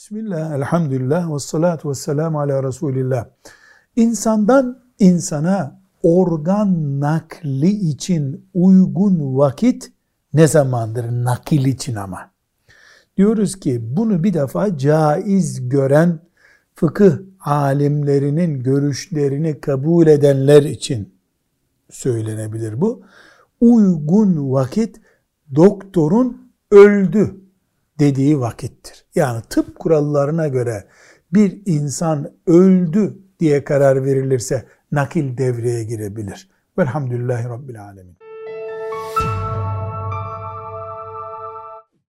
Bismillah, elhamdülillah, ve salatu ve selamu ala Resulillah. İnsandan insana organ nakli için uygun vakit ne zamandır? Nakil için ama. Diyoruz ki bunu bir defa caiz gören fıkıh alimlerinin görüşlerini kabul edenler için söylenebilir bu. Uygun vakit doktorun öldü dediği vakittir. Yani tıp kurallarına göre bir insan öldü diye karar verilirse nakil devreye girebilir. Velhamdülillahi Rabbil Alemin.